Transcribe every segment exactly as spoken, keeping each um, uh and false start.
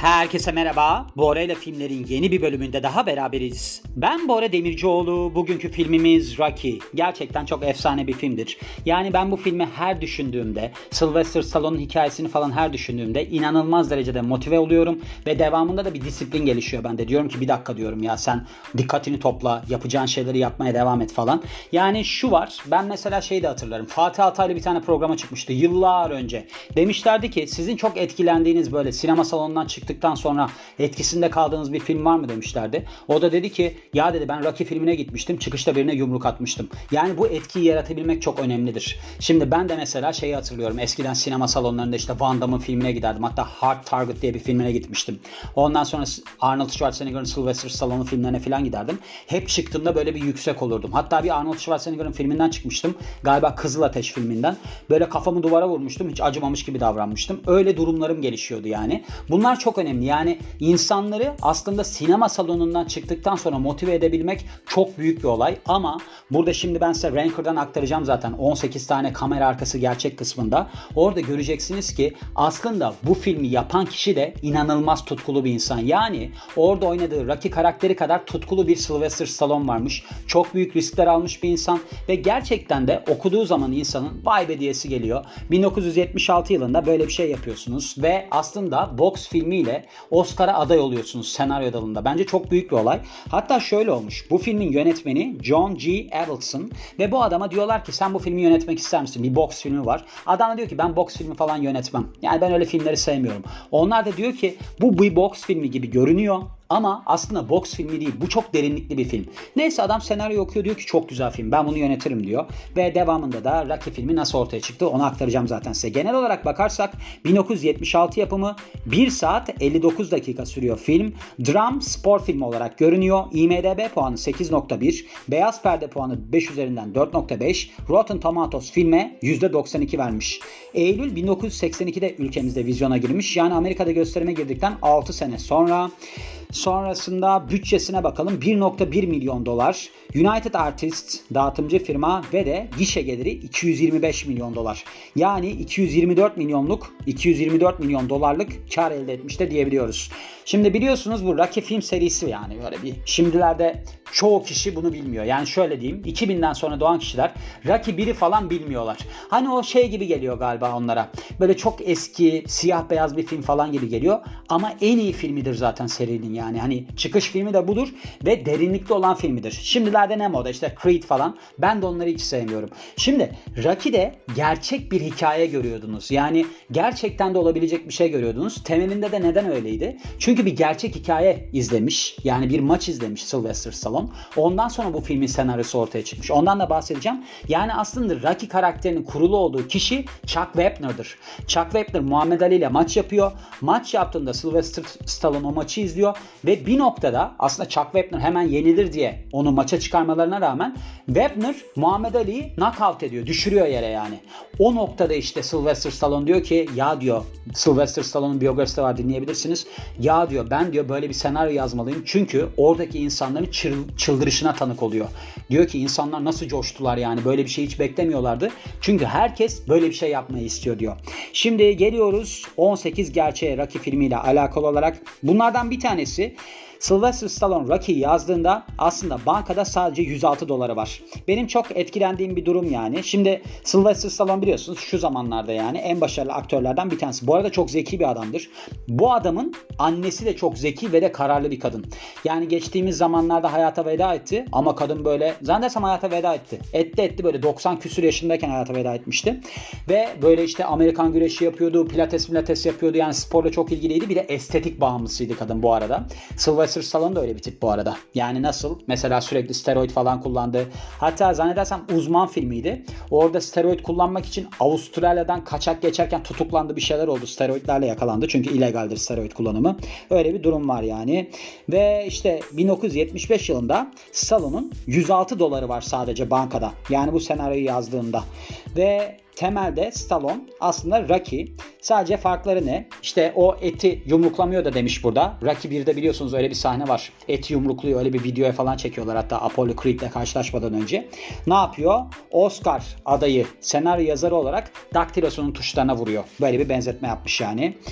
Herkese merhaba. Bora ile filmlerin yeni bir bölümünde daha beraberiz. Ben Bora Demircioğlu. Bugünkü filmimiz Rocky. Gerçekten çok efsane bir filmdir. Yani ben bu filmi her düşündüğümde, Sylvester Stallone'un hikayesini falan her düşündüğümde inanılmaz derecede motive oluyorum ve devamında da bir disiplin gelişiyor bende. Diyorum ki bir dakika diyorum ya sen dikkatini topla, yapacağın şeyleri yapmaya devam et falan. Yani şu var, ben mesela şeyi de hatırlarım. Fatih Altaylı bir tane programa çıkmıştı yıllar önce. Demişlerdi ki sizin çok etkilendiğiniz böyle sinema salonundan çıktıktan sonra etkisinde kaldığınız bir film var mı demişlerdi. O da dedi ki ya dedi ben Rocky filmine gitmiştim. Çıkışta birine yumruk atmıştım. Yani bu etkiyi yaratabilmek çok önemlidir. Şimdi ben de mesela şeyi hatırlıyorum. Eskiden sinema salonlarında işte Van Damme'ın filmine giderdim. Hatta Hard Target diye bir filmine gitmiştim. Ondan sonra Arnold Schwarzenegger'ın Sylvester Stallone'un filmlerine falan giderdim. Hep çıktığımda böyle bir yüksek olurdum. Hatta bir Arnold Schwarzenegger'ın filminden çıkmıştım. Galiba Kızıl Ateş filminden. Böyle kafamı duvara vurmuştum. Hiç acımamış gibi davranmıştım. Öyle durumlarım gelişiyordu yani. Bunlar çok önemli. Yani insanları aslında sinema salonundan çıktıktan sonra motive edebilmek çok büyük bir olay. Ama burada şimdi ben size Ranker'dan aktaracağım zaten on sekiz tane kamera arkası gerçek kısmında. Orada göreceksiniz ki aslında bu filmi yapan kişi de inanılmaz tutkulu bir insan. Yani orada oynadığı Rocky karakteri kadar tutkulu bir Sylvester Stallone varmış. Çok büyük riskler almış bir insan ve gerçekten de okuduğu zaman insanın vay be diyesi geliyor. bin dokuz yüz yetmiş altı yılında böyle bir şey yapıyorsunuz ve aslında boks filmiyle Oscar'a aday oluyorsunuz senaryo dalında. Bence çok büyük bir olay. Hatta şöyle olmuş. Bu filmin yönetmeni John G. Avildsen ve bu adama diyorlar ki sen bu filmi yönetmek ister misin? Bir boks filmi var. Adam da diyor ki ben boks filmi falan yönetmem. Yani ben öyle filmleri sevmiyorum. Onlar da diyor ki bu bir boks filmi gibi görünüyor. Ama aslında boks filmi değil. Bu çok derinlikli bir film. Neyse adam senaryo okuyor diyor ki çok güzel film. Ben bunu yönetirim diyor. Ve devamında da Rocky filmi nasıl ortaya çıktı onu aktaracağım zaten size. Genel olarak bakarsak bin dokuz yüz yetmiş altı yapımı bir saat elli dokuz dakika sürüyor film. Dram spor filmi olarak görünüyor. IMDb puanı sekiz nokta bir. Beyaz perde puanı beş üzerinden dört nokta beş. Rotten Tomatoes filme yüzde doksan iki vermiş. Eylül bin dokuz yüz seksen ikide ülkemizde vizyona girmiş. Yani Amerika'da gösterime girdikten altı sene sonra. Sonrasında bütçesine bakalım. bir nokta bir milyon dolar. United Artists dağıtımcı firma ve de gişe geliri iki yüz yirmi beş milyon dolar. Yani iki yüz yirmi dört milyonluk iki yüz yirmi dört milyon dolarlık kar elde etmiş de diyebiliyoruz. Şimdi biliyorsunuz bu Rocky film serisi yani böyle bir şimdilerde çoğu kişi bunu bilmiyor. Yani şöyle diyeyim iki binden sonra doğan kişiler Rocky biri falan bilmiyorlar. Hani o şey gibi geliyor galiba onlara. Böyle çok eski siyah beyaz bir film falan gibi geliyor. Ama en iyi filmidir zaten serinin yani. Hani çıkış filmi de budur ve derinlikli olan filmidir. Şimdilerde ne moda işte Creed falan. Ben de onları hiç sevmiyorum. Şimdi Rocky'de gerçek bir hikaye görüyordunuz. Yani gerçekten de olabilecek bir şey görüyordunuz. Temelinde de neden öyleydi? Çünkü bir gerçek hikaye izlemiş. Yani bir maç izlemiş Sylvester Stallone. Ondan sonra bu filmin senaryosu ortaya çıkmış. Ondan da bahsedeceğim. Yani aslında Rocky karakterinin kurulu olduğu kişi Chuck Wepner'dır. Chuck Wepner Muhammed Ali ile maç yapıyor. Maç yaptığında Sylvester Stallone o maçı izliyor ve bir noktada aslında Chuck Wepner hemen yenilir diye onu maça çıkarmalarına rağmen Wepner Muhammed Ali'yi knockout ediyor. Düşürüyor yere yani. O noktada işte Sylvester Stallone diyor ki ya diyor Sylvester Stallone'un biyografisi de var dinleyebilirsiniz. Ya diyor ben diyor böyle bir senaryo yazmalıyım. Çünkü oradaki insanların çıldırışına tanık oluyor. Diyor ki insanlar nasıl coştular yani böyle bir şey hiç beklemiyorlardı. Çünkü herkes böyle bir şey yapmayı istiyor diyor. Şimdi geliyoruz on sekiz gerçeğe Rocky filmiyle alakalı olarak. Bunlardan bir tanesi Sylvester Stallone Rocky'yi yazdığında aslında bankada sadece yüz altı doları var. Benim çok etkilendiğim bir durum yani. Şimdi Sylvester Stallone biliyorsunuz şu zamanlarda yani en başarılı aktörlerden bir tanesi. Bu arada çok zeki bir adamdır. Bu adamın annesi de çok zeki ve de kararlı bir kadın. Yani geçtiğimiz zamanlarda hayata veda etti ama kadın böyle zannedersem hayata veda etti. Etti etti böyle doksan küsur yaşındayken hayata veda etmişti. Ve böyle işte Amerikan güreşi yapıyordu, pilates pilates yapıyordu yani sporla çok ilgiliydi. Bir de estetik bağımlısıydı kadın bu arada. Sylvester Stallone da öyle bir tip bu arada. Yani nasıl? Mesela sürekli steroid falan kullandı. Hatta zannedersem Uzman filmiydi. Orada steroid kullanmak için Avustralya'dan kaçak geçerken tutuklandı bir şeyler oldu. Steroidlerle yakalandı. Çünkü illegaldir steroid kullanımı. Öyle bir durum var yani. Ve işte bin dokuz yüz yetmiş beş yılında Stallone'un yüz altı doları var sadece bankada. Yani bu senaryoyu yazdığında. Ve temelde Stallone aslında Rocky. Sadece farkları ne? İşte o eti yumruklamıyor da demiş burada. Rocky birde biliyorsunuz öyle bir sahne var. Eti yumrukluyor. Öyle bir videoya falan çekiyorlar hatta Apollo Creed'le karşılaşmadan önce. Ne yapıyor? Oscar adayı senaryo yazarı olarak daktilosunun tuşlarına vuruyor. Böyle bir benzetme yapmış yani.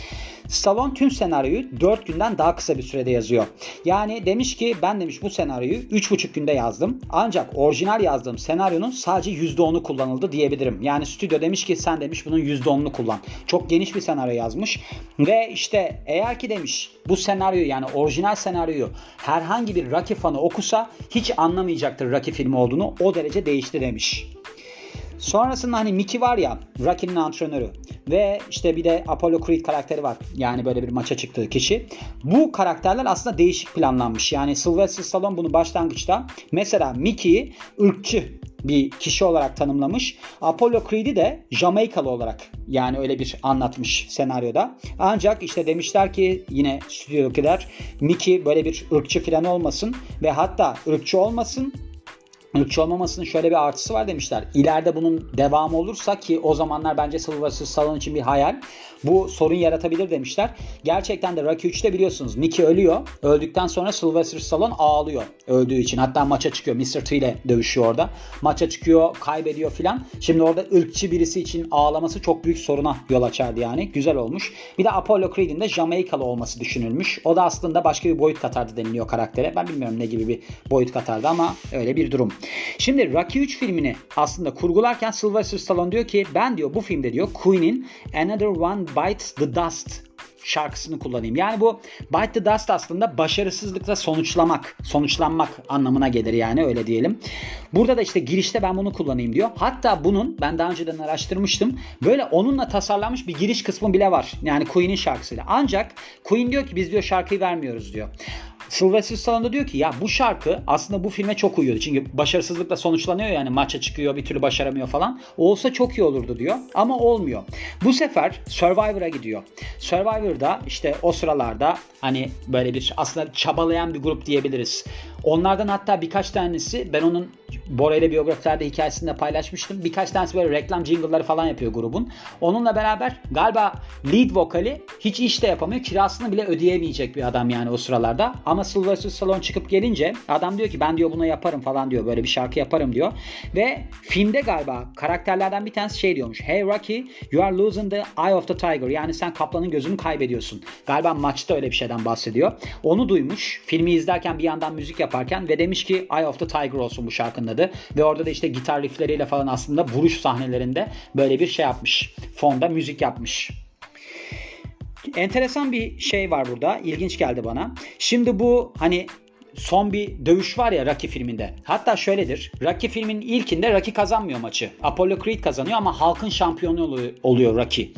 Stallone tüm senaryoyu dört günden daha kısa bir sürede yazıyor. Yani demiş ki ben demiş bu senaryoyu üç buçuk günde yazdım. Ancak orijinal yazdığım senaryonun sadece yüzde onu kullanıldı diyebilirim. Yani stüdyo demiş ki sen demiş bunun yüzde onunu kullan. Çok geniş bir senaryo yazmış. Ve işte eğer ki demiş bu senaryoyu yani orijinal senaryoyu herhangi bir Rocky fanı okusa hiç anlamayacaktır Rocky filmi olduğunu. O derece değişti demiş. Sonrasında hani Mickey var ya Rocky'nin antrenörü ve işte bir de Apollo Creed karakteri var. Yani böyle bir maça çıktığı kişi. Bu karakterler aslında değişik planlanmış. Yani Sylvester Stallone bunu başlangıçta mesela Mickey'i ırkçı bir kişi olarak tanımlamış. Apollo Creed'i de Jamaikalı olarak yani öyle bir anlatmış senaryoda. Ancak işte demişler ki yine stüdyodakiler Mickey böyle bir ırkçı falan olmasın ve hatta ırkçı olmasın. Irkçı olmamasının şöyle bir artısı var demişler. İleride bunun devamı olursa ki o zamanlar bence Sylvester Stallone için bir hayal. Bu sorun yaratabilir demişler. Gerçekten de Rocky üçte biliyorsunuz Mickey ölüyor. Öldükten sonra Sylvester Stallone ağlıyor öldüğü için. Hatta maça çıkıyor. mister T ile dövüşüyor orada. Maça çıkıyor, kaybediyor filan. Şimdi orada ırkçı birisi için ağlaması çok büyük soruna yol açardı yani. Güzel olmuş. Bir de Apollo Creed'in de Jamaikalı olması düşünülmüş. O da aslında başka bir boyut katardı deniliyor karaktere. Ben bilmiyorum ne gibi bir boyut katardı ama öyle bir durum. Şimdi Rocky üç filmini aslında kurgularken Sylvester Stallone diyor ki ben diyor bu filmde diyor Queen'in Another One Bites the Dust şarkısını kullanayım. Yani bu Bite the Dust aslında başarısızlıkla sonuçlamak, sonuçlanmak anlamına gelir yani öyle diyelim. Burada da işte girişte ben bunu kullanayım diyor. Hatta bunun ben daha önceden araştırmıştım. Böyle onunla tasarlanmış bir giriş kısmı bile var. Yani Queen'in şarkısıyla. Ancak Queen diyor ki biz diyor şarkıyı vermiyoruz diyor. Sylvester Stallone da diyor ki ya bu şarkı aslında bu filme çok uyuyordu. Çünkü başarısızlıkla sonuçlanıyor yani maça çıkıyor bir türlü başaramıyor falan. Olsa çok iyi olurdu diyor ama olmuyor. Bu sefer Survivor'a gidiyor. Survivor'da işte o sıralarda hani böyle bir aslında çabalayan bir grup diyebiliriz. Onlardan hatta birkaç tanesi ben onun Bora ile biyografilerde hikayesinde paylaşmıştım. Birkaç tanesi böyle reklam jingle'ları falan yapıyor grubun. Onunla beraber galiba lead vokali hiç iş de yapamıyor. Kirasını bile ödeyemeyecek bir adam yani o sıralarda. Ama Sylvester Stallone çıkıp gelince adam diyor ki ben diyor bunu yaparım falan diyor. Böyle bir şarkı yaparım diyor. Ve filmde galiba karakterlerden bir tanesi şey diyormuş. Hey Rocky, you are losing the eye of the tiger. Yani sen kaplanın gözünü kaybediyorsun. Galiba maçta öyle bir şeyden bahsediyor. Onu duymuş. Filmi izlerken bir yandan müzik yaparken ve demiş ki Eye of the Tiger olsun bu şarkının adı. Ve orada da işte gitar riffleriyle falan aslında vuruş sahnelerinde böyle bir şey yapmış. Fonda müzik yapmış. Enteresan bir şey var burada. İlginç geldi bana. Şimdi bu hani son bir dövüş var ya Rocky filminde. Hatta şöyledir. Rocky filminin ilkinde Rocky kazanmıyor maçı. Apollo Creed kazanıyor ama halkın şampiyonu oluyor Rocky.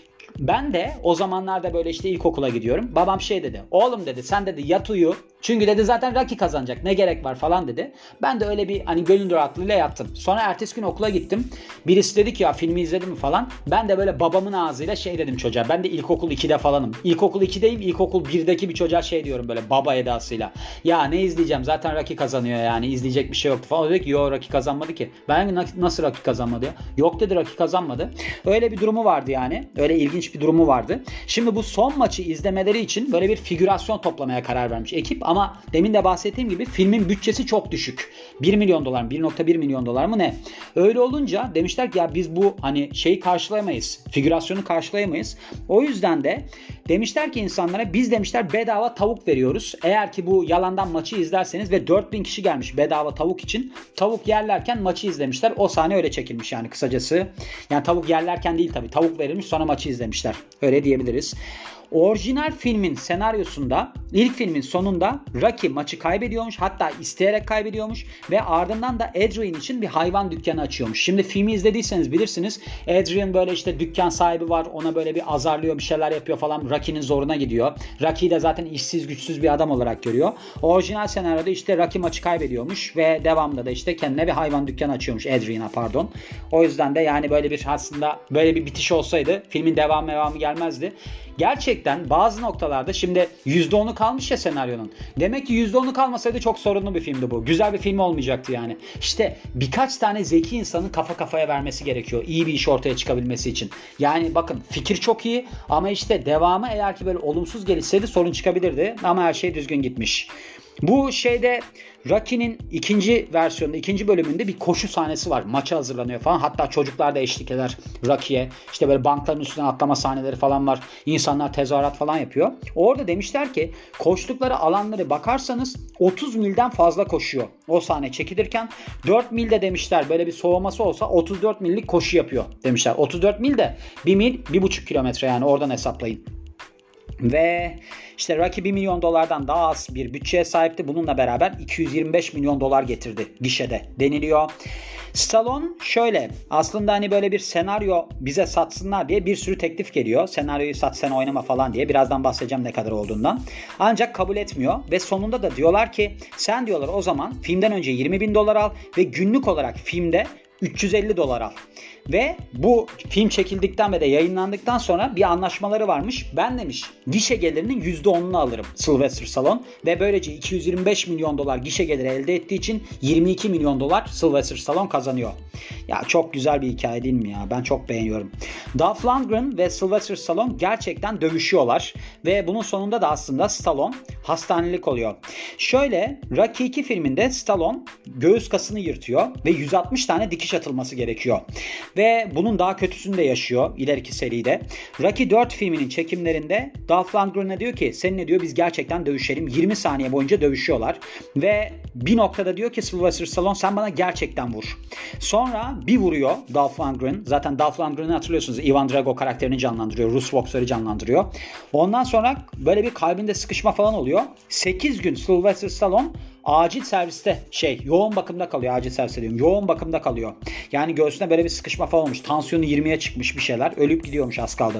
Ben de o zamanlarda böyle işte ilkokula gidiyorum. Babam şey dedi. Oğlum dedi sen dedi yat uyu. Çünkü dedi zaten Rocky kazanacak. Ne gerek var falan dedi. Ben de öyle bir hani gönül rahatlığıyla yattım. Sonra ertesi gün okula gittim. Birisi dedi ki ya filmi izledin mi falan. Ben de böyle babamın ağzıyla şey dedim çocuğa. Ben de ilkokul ikide falanım. İlkokul ikideyim. İlkokul birdeki bir çocuğa şey diyorum böyle baba edasıyla. Ya ne izleyeceğim? Zaten Rocky kazanıyor yani. İzleyecek bir şey yoktu falan. O dedi ki yo Rocky kazanmadı ki. Ben nasıl Rocky kazanmadı ya? Yok dedi Rocky kazanmadı. Öyle bir durumu vardı yani. Öyle ilginç bir durumu vardı. Şimdi bu son maçı izlemeleri için böyle bir figürasyon toplamaya karar vermiş ekip. Ama demin de bahsettiğim gibi filmin bütçesi çok düşük. bir milyon dolar mı? bir nokta bir milyon dolar mı ne? Öyle olunca demişler ki ya biz bu hani şeyi karşılayamayız. Figürasyonu karşılayamayız. O yüzden de demişler ki insanlara biz demişler bedava tavuk veriyoruz. Eğer ki bu yalandan maçı izlerseniz ve dört bin kişi gelmiş bedava tavuk için. Tavuk yerlerken maçı izlemişler. O sahne öyle çekilmiş yani kısacası. Yani tavuk yerlerken değil tabii. Tavuk verilmiş sonra maçı izlemişler. Öyle diyebiliriz. Orijinal filmin senaryosunda ilk filmin sonunda Rocky maçı kaybediyormuş. Hatta isteyerek kaybediyormuş. Ve ardından da Adrian için bir hayvan dükkanı açıyormuş. Şimdi filmi izlediyseniz bilirsiniz. Adrian böyle işte dükkan sahibi var. Ona böyle bir azarlıyor bir şeyler yapıyor falan. Rocky'nin zoruna gidiyor. Rocky de zaten işsiz güçsüz bir adam olarak görüyor. Orijinal senaryoda işte Rocky maçı kaybediyormuş. Ve devamında da işte kendine bir hayvan dükkanı açıyormuş. Adrian'a pardon. O yüzden de yani böyle bir aslında böyle bir bitiş olsaydı filmin devamı devamı gelmezdi. Gerçekten bazı noktalarda şimdi yüzde onu kalmış ya senaryonun. Demek ki yüzde onu kalmasaydı çok sorunlu bir filmdi bu. Güzel bir film olmayacaktı yani. İşte birkaç tane zeki insanın kafa kafaya vermesi gerekiyor. İyi bir iş ortaya çıkabilmesi için. Yani bakın fikir çok iyi ama işte devamı eğer ki böyle olumsuz gelişseydi sorun çıkabilirdi. Ama her şey düzgün gitmiş. Bu şeyde Rocky'nin ikinci versiyonunda, ikinci bölümünde bir koşu sahnesi var. Maça hazırlanıyor falan. Hatta çocuklar da eşlik eder Rocky'ye. İşte böyle bankların üstüne atlama sahneleri falan var. İnsanlar tezahürat falan yapıyor. Orada demişler ki koştukları alanları bakarsanız otuz milden fazla koşuyor. O sahne çekilirken dört milde demişler böyle bir soğuması olsa otuz dört millik koşu yapıyor demişler. otuz dört mil de bir mil bir buçuk kilometre, yani oradan hesaplayın. Ve işte Rocky bir milyon dolardan daha az bir bütçeye sahipti. Bununla beraber iki yüz yirmi beş milyon dolar getirdi gişede deniliyor. Stallone şöyle, aslında hani böyle bir senaryo bize satsınlar diye bir sürü teklif geliyor. Senaryoyu sat, sen oynama falan diye. Birazdan bahsedeceğim ne kadar olduğundan. Ancak kabul etmiyor ve sonunda da diyorlar ki sen diyorlar o zaman filmden önce yirmi bin dolar al ve günlük olarak filmde üç yüz elli dolar al. Ve bu film çekildikten ve de yayınlandıktan sonra bir anlaşmaları varmış. Ben demiş gişe gelirinin yüzde onunu alırım Sylvester Stallone ve böylece iki yüz yirmi beş milyon dolar gişe geliri elde ettiği için yirmi iki milyon dolar Sylvester Stallone kazanıyor. Ya çok güzel bir hikaye değil mi ya? Ben çok beğeniyorum. Dolph Lundgren ve Sylvester Stallone gerçekten dövüşüyorlar ve bunun sonunda da aslında Stallone hastanelik oluyor. Şöyle, Rocky iki filminde Stallone göğüs kasını yırtıyor ve yüz altmış tane dikiş atılması gerekiyor. Ve bunun daha kötüsünü de yaşıyor ileriki seride. Rocky dört filminin çekimlerinde Dolph Lundgren'e diyor ki seninle diyor biz gerçekten dövüşelim. yirmi saniye boyunca dövüşüyorlar. Ve bir noktada diyor ki Sylvester Stallone sen bana gerçekten vur. Sonra bir vuruyor Dolph Lundgren. Zaten Dolph Lundgren'i hatırlıyorsunuz. Ivan Drago karakterini canlandırıyor. Rus boksörü canlandırıyor. Ondan sonra böyle bir kalbinde sıkışma falan oluyor. sekiz gün Sylvester Stallone acil serviste şey yoğun bakımda kalıyor. Acil serviste diyorum. Yoğun bakımda kalıyor. Yani göğsüne böyle bir sıkışma falan olmuş. Tansiyonu yirmiye çıkmış bir şeyler. Ölüp gidiyormuş az kaldı.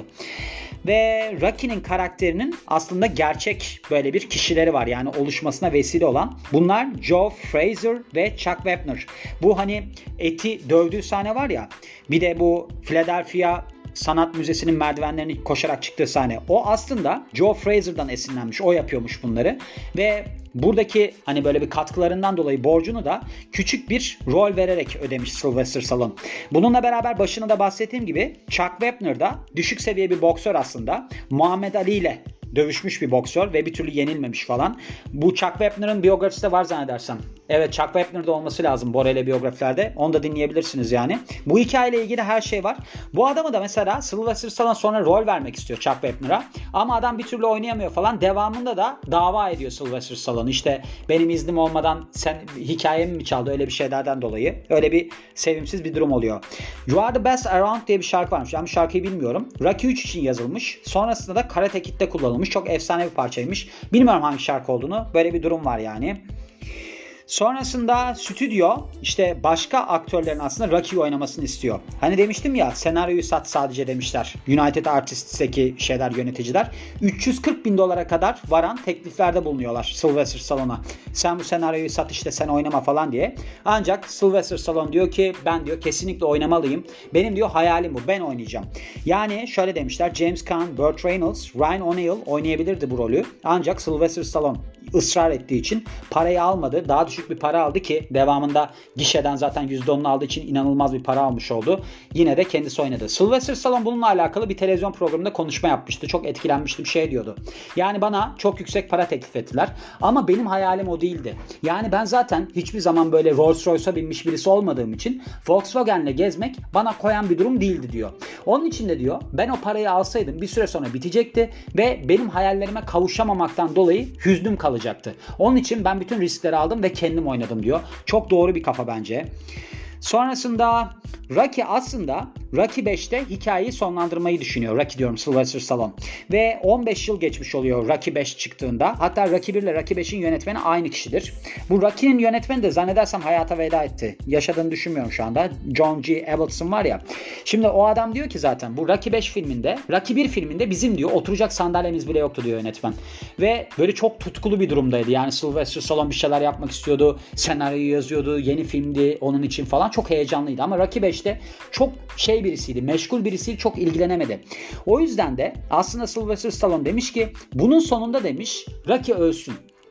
Ve Rocky'nin karakterinin aslında gerçek böyle bir kişileri var. Yani oluşmasına vesile olan. Bunlar Joe Frazier ve Chuck Wepner. Bu hani eti dövdüğü sahne var ya. Bir de bu Philadelphia Sanat Müzesi'nin merdivenlerini koşarak çıktığı sahne. O aslında Joe Frazier'dan esinlenmiş. O yapıyormuş bunları. Ve buradaki hani böyle bir katkılarından dolayı borcunu da küçük bir rol vererek ödemiş Sylvester Stallone. Bununla beraber başına da bahsettiğim gibi Chuck Wepner da düşük seviye bir boksör aslında. Muhammed Ali ile dövüşmüş bir boksör ve bir türlü yenilmemiş falan. Bu Chuck Wepner'ın biyografisi de var zannedersem. Evet, Chuck Wepner'da olması lazım Bora ile biyografilerde. Onu da dinleyebilirsiniz yani. Bu hikayeyle ilgili her şey var. Bu adamı da mesela Sylvester Stallone sonra rol vermek istiyor Chuck Wepner'a. Ama adam bir türlü oynayamıyor falan. Devamında da dava ediyor Sylvester Stallone. İşte benim iznim olmadan sen hikayemi mi çaldı, öyle bir şeylerden dolayı. Öyle bir sevimsiz bir durum oluyor. You Are The Best Around diye bir şarkı varmış. Ben bu şarkıyı bilmiyorum. Rocky üç için yazılmış. Sonrasında da Karate Kid'de kullanılmış. Çok efsane bir parçaymış. Bilmiyorum hangi şarkı olduğunu. Böyle bir durum var yani. Sonrasında stüdyo işte başka aktörlerin aslında Rocky'yi oynamasını istiyor. Hani demiştim ya, senaryoyu sat sadece demişler. United Artists'teki şeyler, yöneticiler. üç yüz kırk bin dolara kadar varan tekliflerde bulunuyorlar Sylvester Stallone'a. Sen bu senaryoyu sat işte, sen oynama falan diye. Ancak Sylvester Stallone diyor ki ben diyor kesinlikle oynamalıyım. Benim diyor hayalim bu. Ben oynayacağım. Yani şöyle demişler. James Caan, Burt Reynolds, Ryan O'Neal oynayabilirdi bu rolü. Ancak Sylvester Stallone ısrar ettiği için parayı almadı. Daha düşük bir para aldı ki devamında gişeden zaten yüzde onunu aldığı için inanılmaz bir para almış oldu. Yine de kendisi oynadı. Sylvester Stallone bununla alakalı bir televizyon programında konuşma yapmıştı. Çok etkilenmiştim, şey diyordu. Yani bana çok yüksek para teklif ettiler. Ama benim hayalim o değildi. Yani ben zaten hiçbir zaman böyle Rolls Royce'a binmiş birisi olmadığım için Volkswagen'le gezmek bana koyan bir durum değildi diyor. Onun için de diyor ben o parayı alsaydım bir süre sonra bitecekti ve benim hayallerime kavuşamamaktan dolayı hüznüm kalacaktı. Onun için ben bütün riskleri aldım ve kendim oynadım diyor. Çok doğru bir kafa bence. Sonrasında Rocky aslında Rocky beşte hikayeyi sonlandırmayı düşünüyor. Rocky diyorum, Sylvester Stallone. Ve on beş yıl geçmiş oluyor Rocky beş çıktığında. Hatta Rocky bir ile Rocky beşin yönetmeni aynı kişidir. Bu Rocky'nin yönetmeni de zannedersem hayata veda etti. Yaşadığını düşünmüyorum şu anda. John G. Avildsen var ya. Şimdi o adam diyor ki zaten bu Rocky beş filminde, Rocky bir filminde bizim diyor oturacak sandalyemiz bile yoktu diyor yönetmen. Ve böyle çok tutkulu bir durumdaydı. Yani Sylvester Stallone bir şeyler yapmak istiyordu. Senaryoyu yazıyordu. Yeni filmdi onun için falan. Çok heyecanlıydı ama Rocky beşte çok şey birisiydi, meşgul birisiydi, çok ilgilenemedi. O yüzden de aslında Sylvester Stallone demiş ki bunun sonunda demiş Rocky ölsün.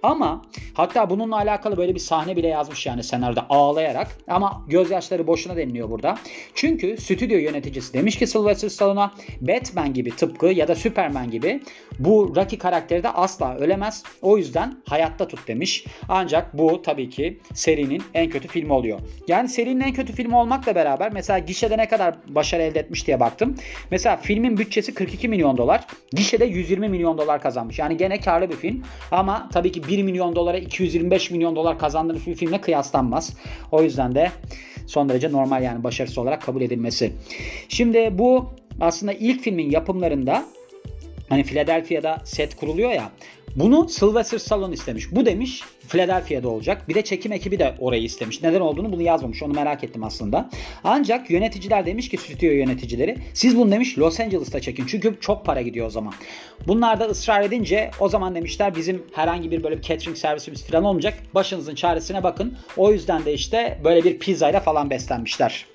Ama hatta bununla alakalı böyle bir sahne bile yazmış yani senaryoda ağlayarak. Ama gözyaşları boşuna deniliyor burada. Çünkü stüdyo yöneticisi demiş ki Sylvester Stallone'a, Batman gibi tıpkı ya da Superman gibi bu Rocky karakteri de asla ölemez. O yüzden hayatta tut demiş. Ancak bu tabii ki serinin en kötü filmi oluyor. Yani serinin en kötü filmi olmakla beraber mesela gişede ne kadar başarı elde etmiş diye baktım. Mesela filmin bütçesi kırk iki milyon dolar. Gişede yüz yirmi milyon dolar kazanmış. Yani gene karlı bir film. Ama tabii ki bir milyon dolara iki yüz yirmi beş milyon dolar kazandığınız bir filmle kıyaslanmaz. O yüzden de son derece normal yani başarısı olarak kabul edilmesi. Şimdi bu aslında ilk filmin yapımlarında hani Philadelphia'da set kuruluyor ya. Bunu Sylvester Stallone istemiş. Bu demiş Philadelphia'da olacak. Bir de çekim ekibi de orayı istemiş. Neden olduğunu bunu yazmamış. Onu merak ettim aslında. Ancak yöneticiler demiş ki, stüdyo yöneticileri, siz bunu demiş Los Angeles'ta çekin. Çünkü çok para gidiyor o zaman. Bunlar da ısrar edince o zaman demişler bizim herhangi bir böyle bir catering servisimiz falan olmayacak. Başınızın çaresine bakın. O yüzden de işte böyle bir pizzayla falan beslenmişler.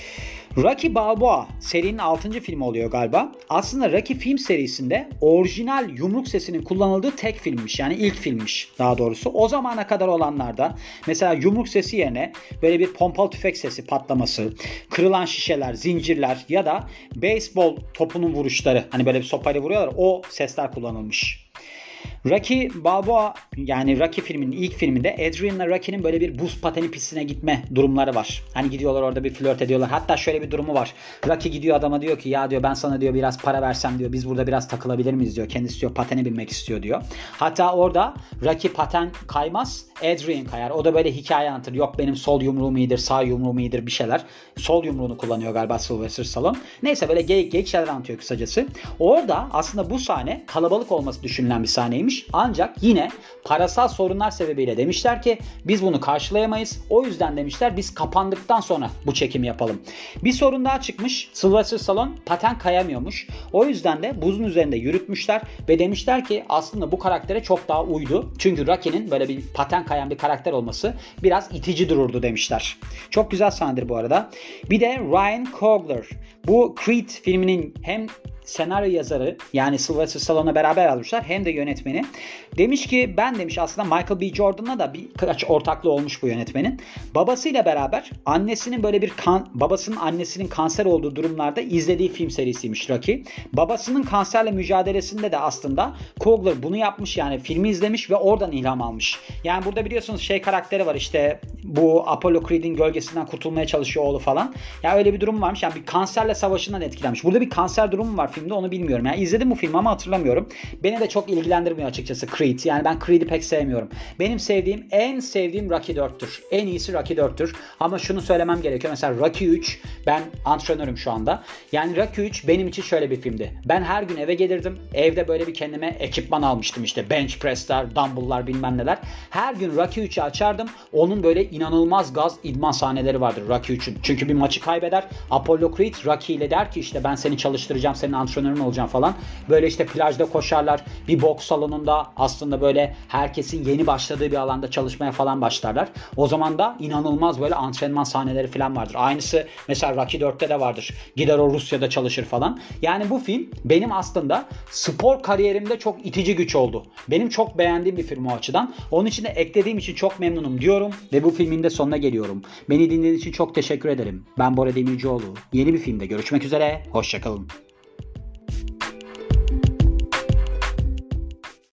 Rocky Balboa serinin altıncı filmi oluyor galiba. Aslında Rocky film serisinde orijinal yumruk sesinin kullanıldığı tek filmmiş. Yani ilk filmmiş daha doğrusu. O zamana kadar olanlarda mesela yumruk sesi yerine böyle bir pompalı tüfek sesi patlaması, kırılan şişeler, zincirler ya da beyzbol topunun vuruşları, hani böyle bir sopayla vuruyorlar, o sesler kullanılmış. Rocky Balboa yani Rocky filminin ilk filminde Adrian'la Rocky'nin böyle bir buz pateni pistine gitme durumları var. Hani gidiyorlar orada bir flört ediyorlar. Hatta şöyle bir durumu var. Rocky gidiyor adama diyor ki ya diyor ben sana diyor biraz para versem diyor biz burada biraz takılabilir miyiz diyor. Kendisi diyor patene binmek istiyor diyor. Hatta orada Rocky paten kaymaz, Adrian kayar. O da böyle hikaye anlatır. Yok benim sol yumruğum iyidir, sağ yumruğum iyidir bir şeyler. Sol yumruğunu kullanıyor galiba Sylvester Stallone. Neyse böyle geyik geyik şeyler anlatıyor kısacası. Orada aslında bu sahne kalabalık olması düşünülen bir sahneymiş. Ancak yine parasal sorunlar sebebiyle demişler ki biz bunu karşılayamayız. O yüzden demişler biz kapandıktan sonra bu çekimi yapalım. Bir sorun daha çıkmış. Sylvester Stallone paten kayamıyormuş. O yüzden de buzun üzerinde yürütmüşler ve demişler ki aslında bu karaktere çok daha uydu. Çünkü Rocky'nin böyle bir paten kayan bir karakter olması biraz itici dururdu demişler. Çok güzel sahnedir bu arada. Bir de Ryan Coogler. Bu Creed filminin hem senaryo yazarı yani Sylvester Stallone'la beraber yazmışlar hem de yönetmeni. Demiş ki ben demiş aslında Michael B. Jordan'la da birkaç ortaklığı olmuş bu yönetmenin. Babasıyla beraber annesinin böyle bir kan, babasının annesinin kanser olduğu durumlarda izlediği film serisiymiş Rocky. Babasının kanserle mücadelesinde de aslında Coogler bunu yapmış yani filmi izlemiş ve oradan ilham almış. Yani burada biliyorsunuz şey karakteri var işte bu Apollo Creed'in gölgesinden kurtulmaya çalışıyor oğlu falan. Ya yani öyle bir durum varmış. Yani bir kanserle savaşından etkilenmiş. Burada bir kanser durumu var filmde, onu bilmiyorum. Yani izledim bu filmi ama hatırlamıyorum. Beni de çok ilgilendirmiyor açıkçası Creed. Yani ben Creed'i pek sevmiyorum. Benim sevdiğim, en sevdiğim Rocky dörttür. En iyisi Rocky dörttür. Ama şunu söylemem gerekiyor. Mesela Rocky üç, ben antrenörüm şu anda. Yani Rocky üç benim için şöyle bir filmdi. Ben her gün eve gelirdim. Evde böyle bir kendime ekipman almıştım işte. Bench press'ler, dumbbell'lar bilmem neler. Her gün Rocky üçü açardım. Onun böyle inanılmaz gaz idman sahneleri vardır Rocky üçün. Çünkü bir maçı kaybeder. Apollo Creed Rocky ile der ki işte ben seni çalıştıracağım, senin antrenörün olacağım falan. Böyle işte plajda koşarlar. Bir boks salonunda aslında böyle herkesin yeni başladığı bir alanda çalışmaya falan başlarlar. O zaman da inanılmaz böyle antrenman sahneleri falan vardır. Aynısı mesela Rocky dörtte de vardır. Gider o Rusya'da çalışır falan. Yani bu film benim aslında spor kariyerimde çok itici güç oldu. Benim çok beğendiğim bir film o açıdan. Onun için de eklediğim için çok memnunum diyorum ve bu filmin de sonuna geliyorum. Beni dinlediğiniz için çok teşekkür ederim. Ben Bora Demircioğlu. Yeni bir filmde görüşmek üzere. Hoşça kalın.